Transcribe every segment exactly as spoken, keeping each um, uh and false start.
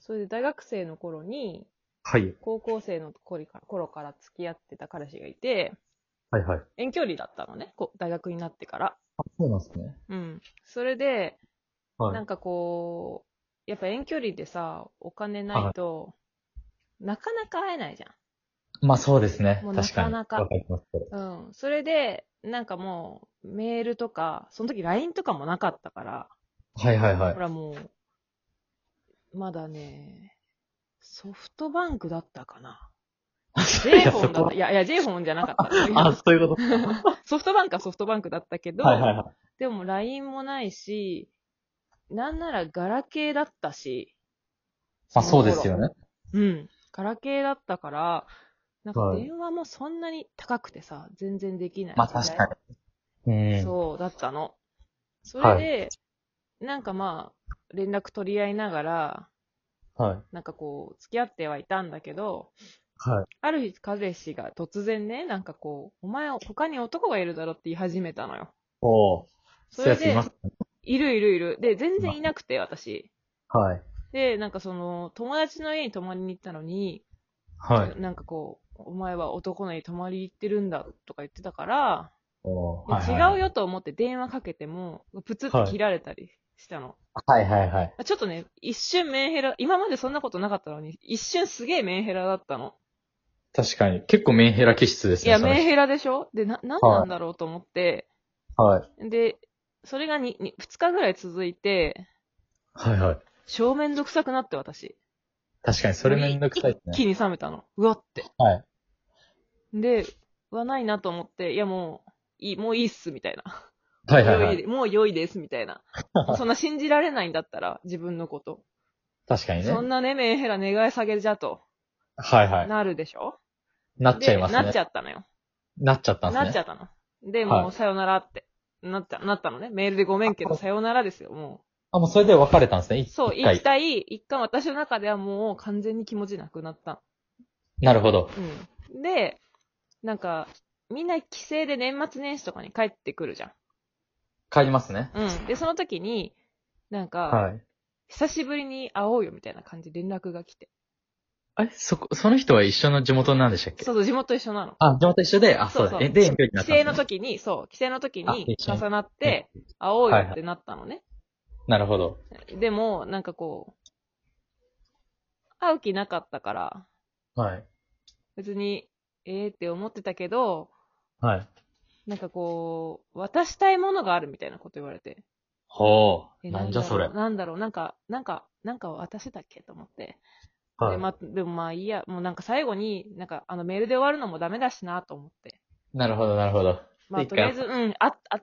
それで大学生の頃に、 はい。 高校生の頃から頃から付き合ってた彼氏がいて、 はいはい。 遠距離だったのね、こう大学になってから。 あ、そうなんですね。 うん。それで、 はい。 なんかこう、やっぱ遠距離でさ、お金ないはと、なかなか会えないじゃい。まあそうですね。 ん。もうな確かに。 かなか。 わかります、それ。 うん。それで、なんかもう、メールとか、その時 ライン とかもなかったから、 はいはいはい。 ほらもう、まだね、ソフトバンクだったかな。 い J や、 フォンだった。 そこは。 いや、いや、J フォンじゃなかったの。いや、 あ、そういうことですか。 ソフトバンクはソフトバンクだったけど、 はいはいはい。 でも ライン もないし、なんならガラケーだったし、 まあそうですその頃。 よね。 うん。ガラケーだったから、なんかはい。 電話もそんなに高くてさ、全然できなまい時代。 あ確かに。うん。 そう、だったの。それはい。 で、なんかまあ、連絡取り合いながら、 はい。 なんかこう、付き合ってはいたんだけど、 はい。 ある日彼氏が突然ね、なんかこう、お前他に男がいるだろって言い始めたのよ。 おー。そういうやついまそれで、 すね。 いるいるいる。で、全然いなくて、私。 はい。 で、なんかその、友達の家に泊まりに行ったのに、 はい。 なんかこう、お前は男の家に泊まり行ってるんだとか言ってたから、 おー。 いやはいはいはい。 違うよと思って電話かけても、プツってはい。 切られたりしたの。 はいはいはい。 ちょっとね、一瞬メンヘラ、今までそんなことなかったのに、一瞬すげえメンヘラだったの。 確かに。結構メンヘラ気質ですね、 いや、 その人。 メンヘラでしょで、な、なんなはい。 んだろうと思って、 はい。 で、それがに、に、ふつかぐらい続いて、 はいはい。 超めんどくさくなって私。 確かに、そもういれめんどくさい一ですね。 気に冷めたの。うわって。 はい。 で、うわ、ないなと思って、いやもう、いい、もういいっす、みたいな。 はいはいはい。 もう良いで、もう良いです、みたいな。もうそんな信じられないんだったら、自分のこと。 確かにね。 そんなね、メンヘラ願い下げじゃと、 はいはい。 なるでしょなっちゃいで、なっますね。 ちゃったのよ。 なっちゃったんですね。 なっちゃったの。で、もうはい。 さよならって、なった、なったのね。メールでごめんけど、さよならですよ、もあ、もうそれで別れたんですね。 う。 いそう、 一回。 一体、一回私の中ではもう完全に気持ちなくなった。 なるほど。 うん。で、なんか、みんな帰省で年末年始とかに帰ってくるじゃん。 帰りますね。 うん。で、その時に、なんか、 はい。 久しぶりに会おうよみたいな感じで連絡が来て。 あれ、そこ、その人は一緒の地元なんでしたっけ？ そうそう、地元一緒なの。 あ、地元一緒で、あ、そうだ。え、 そうそう。 で、遠距離になったん帰省ですね。 の時に、そう、帰省の時あ、 に一緒に。 重なっえて、会おうよはいはい。 ってなったのね。 なるほど。 でも、なんかこう、会う気なかったから、 はい。 別に、ええーって思ってたけど、 はい。 なんかこう、渡したいものがあるみたいなこと言われて。 ほえ、 う。 なんだろう、 なんじゃそれ。 なんだろう、なんか、なんか、なんか渡せたっけと思って。で、 はま、でもまあいいや、もうなんか最後に、なんかあのメールで終わるのもダメだしなと思って。 い。なるほど、なるほど。で、 まあとりあえず、 一回やっぱ、 うん、あ、会って、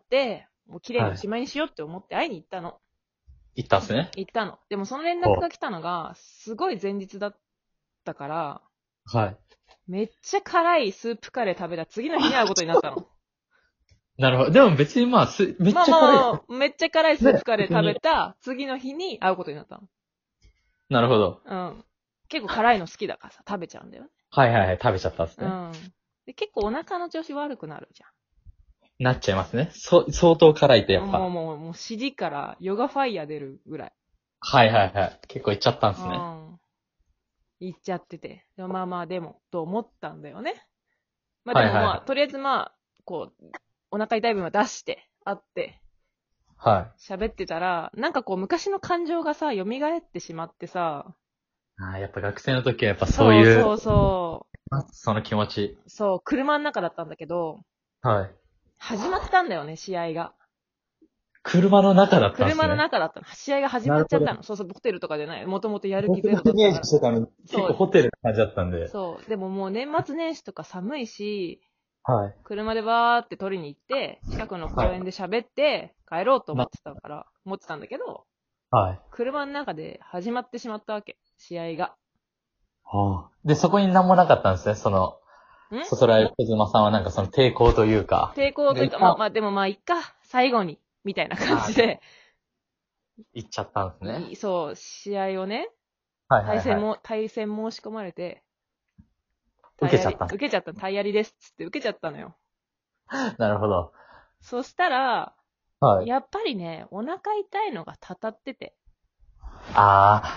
もう綺麗にはい。 おしまいにしようって思って会いに行ったの。 行ったんすね。 行ったの。でもその連絡ほが来たのが、すごい前日だったから、 う。はい。 めっちゃ辛いスープカレー食べた次の日に会うことになったの。 なるほど。でも別にまあ、す、めっまあちゃ辛いまあ、めっちゃ辛いスーね。 プカレー食べ別に。 た次の日に会うことになったなるほど。 の。うん。結構辛いの好きだからさ、食べちゃうんだよね。 はいはいはい。食べちゃったんですね。 うん。で、結構お腹の調子悪くなるじなっちゃいますね。そ、相当辛いとゃん。もうやっぱ。 もう、もう尻からヨガファイヤー出るぐらい。 はいはいはい。結構行っちゃったんですね。 うん。行っちゃってて。でもまあまあ、でも、と思ったんだよね。まあでもまあ、 はいはいはい。 とりあえずまあ、こう、お腹痛い分は出して、会って、 はい。 喋ってたら、なんかこう、昔の感情がさ、蘇ってしまってさ、 ああ、やっぱ学生の時はやっぱそういう、 そうそうそその気持ち。 う、そう、車の中だったんだけど、 はい。 始まったんだよね、試合が。 車の中だったんです車のね。 中だったの。試合が始まなるほど。 っちゃったの。そうそう、ホテルとかじゃない。もともとやる気ゼ僕がイロだったから。 メージしてたのに、結そう、 構ホテルな感じだったんで。 そう。でももう年末年始とか寒いし、 はい。 車でバーって取りに行って、近くの公園はい。 で喋って帰ろうと思っな、 てたから、思ってたんだけど、 はい。 車の中で始まってしまったわけ。試合が。 はあ。で、そこに何もなかったんですね。その、 んそそられ小妻さんはなんかその抵抗というか。 抵抗というか、まあで一旦、 まあでもまあいっか、最後に、みたいな感あじで、 行っちゃったんですね。 いそう、試合をね、 はいはいはい。 対戦も、対戦申し込まれて、体やり、 受けちゃったんで受けちゃったの、体やりですっつって受けちゃったのよ。 す。なるほど。 そしたら、 はい。 やっぱりね、お腹痛いのがたたってて。 ああ、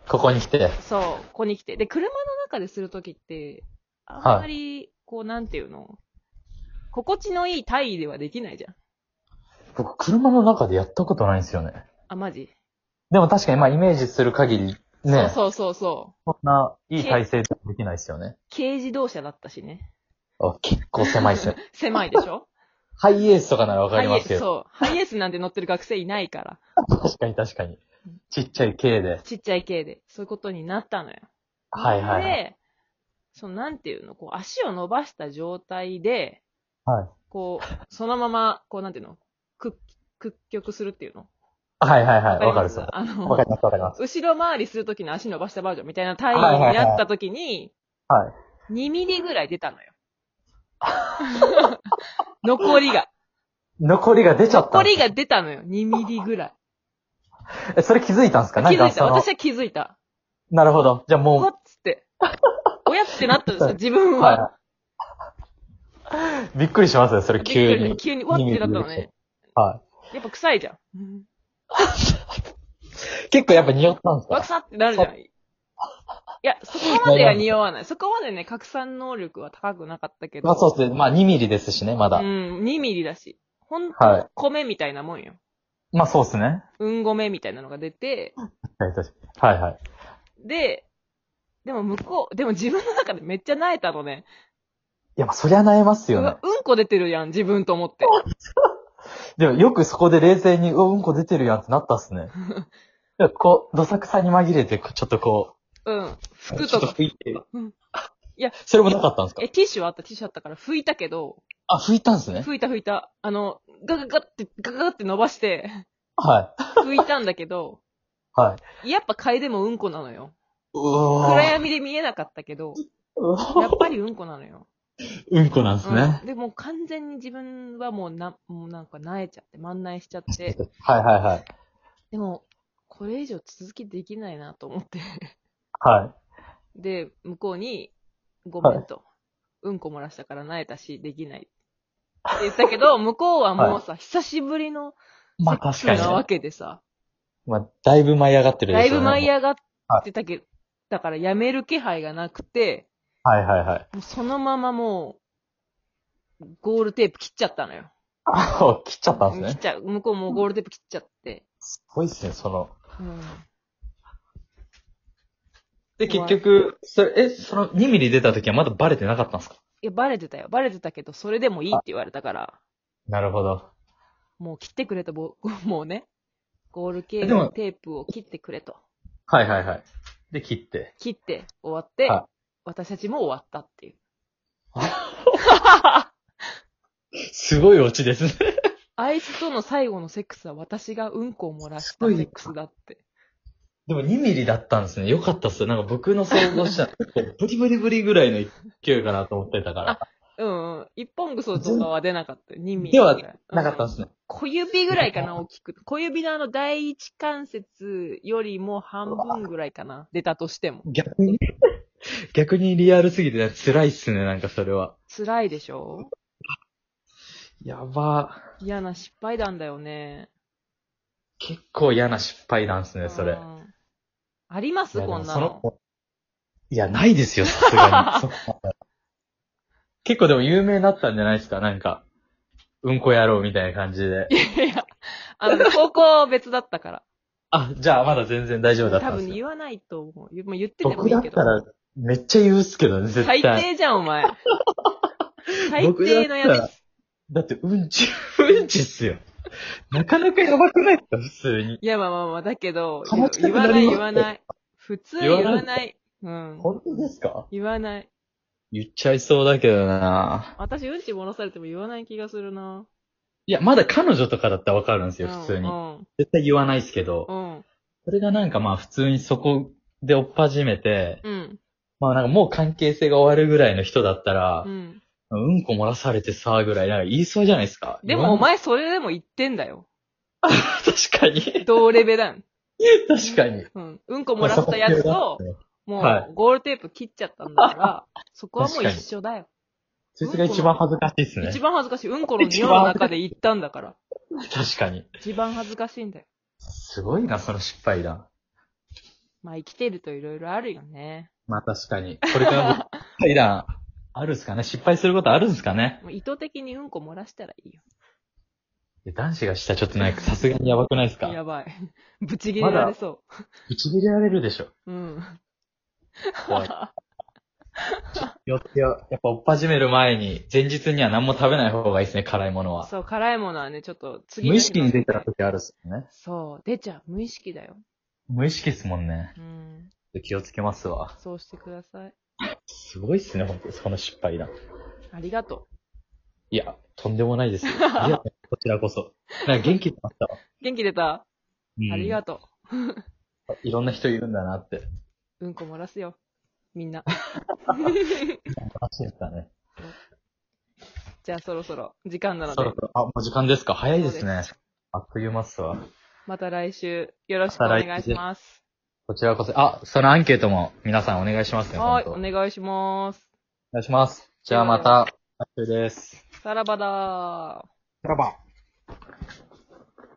ここに来て。 そう、ここに来て。で、車の中でするときって、あんまり、こう、なんていうの、心地のいい体位ではできないじゃん。 僕、車の中でやったことないんですよね。 あ、マジ？ でも確かにまあイメージする限り、ね。 そうそうそうそう。 そんないい体勢でできないですよね。 軽自動車だったしね。 あ、結構狭いっすね。 狭いでしょ？ ハイエースとかならわかりますけど。 そう。ハイエースなんて乗ってる学生いないから。 確かに確かに。ちっちゃい軽で。 ちっちゃい軽で。そういうことになったのよ。 はいはい、はい。 で、そのなんていうの、こう足を伸ばした状態で、 はい。 こう、そのまま、こうなんていうの、屈、屈曲するっていうの。 はいはいはい。わかるっす。 わかります？あの、 わかりますわかります。 後ろ回りするときの足伸ばしたバージョンみたいな体位になったときに、 はい。 にミリぐらい出たのよ。残りが。 残りが出ちゃった。 残りが出たのよ。にミリぐらい。 え、それ気づいたんすか？ 気づいた。 なんかその私は気づいた。 なるほど。じゃあもう。 おっつって。親ってなったんですよ、自分は。 はい。びっくりしますね、それ急に。 急に、わってなったのね。 はい。 やっぱ臭いじゃん。 結構やっぱ匂ったんですか？ わくさってなるじゃん。いや、そこまでは匂わない。そこまでね、拡散能力は高くなかったけど。 まあそうですね。まあにミリですしね、まだ。 うん、にミリだし。ほんと、米みたいなもんよ。 まあそうですね。 うん米みたいなのが出て。 はいはいはい。 で、でも向こう、でも自分の中でめっちゃ萎えたのね。 いや、まあそりゃ萎えますよね。 ううんこ出てるやん、自分と思って。 でもよくそこで冷静に、うわ、うんこ出てるやんってなったっすね。こう、どさくさに紛れて、ちょっとこう。うん。 う、 服とか。 ちょっと拭いて。 うん。いや、 それもなかったんですか？ え、ティッシュあった、ティッシュあったから拭いたけど。 あ、拭いたんですね。 拭いた拭いた。あの、ガガガって、ガガガって伸ばして。 はい。 拭いたんだけど。 はい。 やっぱ嗅いでもうんこなのよ。 うわ暗闇で見えなかったけど。やっぱりうんこなのよ。 うんこなんですね。 うん、で、もう完全に自分はもうな、もうなんか萎えちゃって、万内しちゃって。 はいはいはい。 でも、これ以上続きできないなと思って。 はい。 で、向こうに、ごめんと。はい、うんこ漏らしたから萎えたし、できない。って言ったけど、向こうはもうさ、はい、久しぶりのセックスなわけでさ。 まあ、だいぶ舞い上がってるでしょうね。 だいぶ舞い上がってたけど、だからやめる気配がなくて、 はいはいはい。 もうそのままもう、ゴールテープ切っちゃったのよ。 あ、切っちゃったんですね。 切っちゃう。向こうもゴールテープ切っちゃって。 すごいっすね、その。 うん。 で、結局、それ、え、そのにミリ出た時はまだバレてなかったんですか？ いや、バレてたよ。バレてたけど、それでもいいって言われたから。 なるほど。 もう切ってくれと、もうね、ゴール系のテープを切ってくれと。 はいはいはい。で、切って。 切って終わって、はい、私たちも終わったっていう。 すごいオチですね。 あいつとの最後のセックスは私がうんこを漏らしたセックスだって。 でもにミリだったんですね。よかったっすよ。なんか僕の想像したブリブリブリぐらいの勢いかなと思ってたから。 あ、うんうん。一本ぐそとかは出なかったよ。にミリ。 ではなかったんですね、うん。 小指ぐらいかな、大きく。小指のあの第一関節よりも半分ぐらいかな。出たとしても。 逆に逆にリアルすぎて辛いっすね、なんかそれは。 辛いでしょ？ やばー。嫌な失敗談だよね。 結構嫌な失敗談っすね、それ。 ありますこんなの。 いや、ないですよ、さすがに。結構でも有名になったんじゃないですか、なんか。うんこ野郎みたいな感じで。 いやいや、あの、高校別だったから。 あ、じゃあまだ全然大丈夫だったんですよ。 多分言わないと思う。言っててもいいけど。 僕だったらめっちゃ言うっすけどね、絶対。 最低じゃん、お前。最低のやつ。 だってうんち、うんちっすよ。なかなかやばくないですか、普通に。 いや、まあまあまあ、だけど、言わない言わない。普通言わない。うん。 本当ですか？ 言わない。 言っちゃいそうだけどな。 私、うんち漏らされても言わない気がするな。 いや、まだ彼女とかだったらわかるんですよ、普通に。うんうん、絶対言わないですけど。うん。それがなんかまあ普通にそこで追っ始めて、うん。まあなんかもう関係性が終わるぐらいの人だったら、うん。うんこ漏らされてさ、ぐらい、なんか言いそうじゃないですか。 でもお前それでも言ってんだよ。 確かに。 同レベだん。 確かに。 うん。うんこ漏らしたやつと、もうゴールテープ切っちゃったんだから、そこはもう一緒だよ。 そいつが一番恥ずかしいっすね。 一番恥ずかしい。うんこの匂いの中で言ったんだから。 確かに。 一番恥ずかしいんだよ。 すごいな、その失敗だ。 まあ生きてるといろいろあるよね。 まあ確かに。これから階段あるんすかね？失敗することあるんすかね？ 意図的にうんこ漏らしたらいいよ。 男子がしたらちょっとなんかさすがにやばくないですか？ やばい。ぶち切れられそう。 ぶち切れられるでしょ。 うん。 怖い。気をつけよう。やっぱ追っ始める前に、前日には何も食べない方がいいですね、辛いものは。 そう、辛いものはね、ちょっと次の無意識に出た時あるっすよね。 そう、出ちゃう。無意識だよ。 無意識っすもんね。 うん。 気をつけますわ。 そうしてください。 すごいっすね、ほんと、その失敗だ。 ありがとう。 いや、とんでもないですよ。ありがとう。こちらこそ。なんか元気出ましたわ。 元気出た、うん、ありがとう。いろんな人いるんだなって。 うんこ漏らすよ。みんな。 漏らすんですかね。 じゃあそろそろ時間なので。 そろそろ、あ、もう時間ですか？早いですね。すあっという間っすわ。 また来週よろしくお願いします。 こちらこそ、あ、そのアンケートも皆さんお願いしますね。 はい、お願いします。 お願いします。じゃあまた、来週です。 さらばだー。 さらば。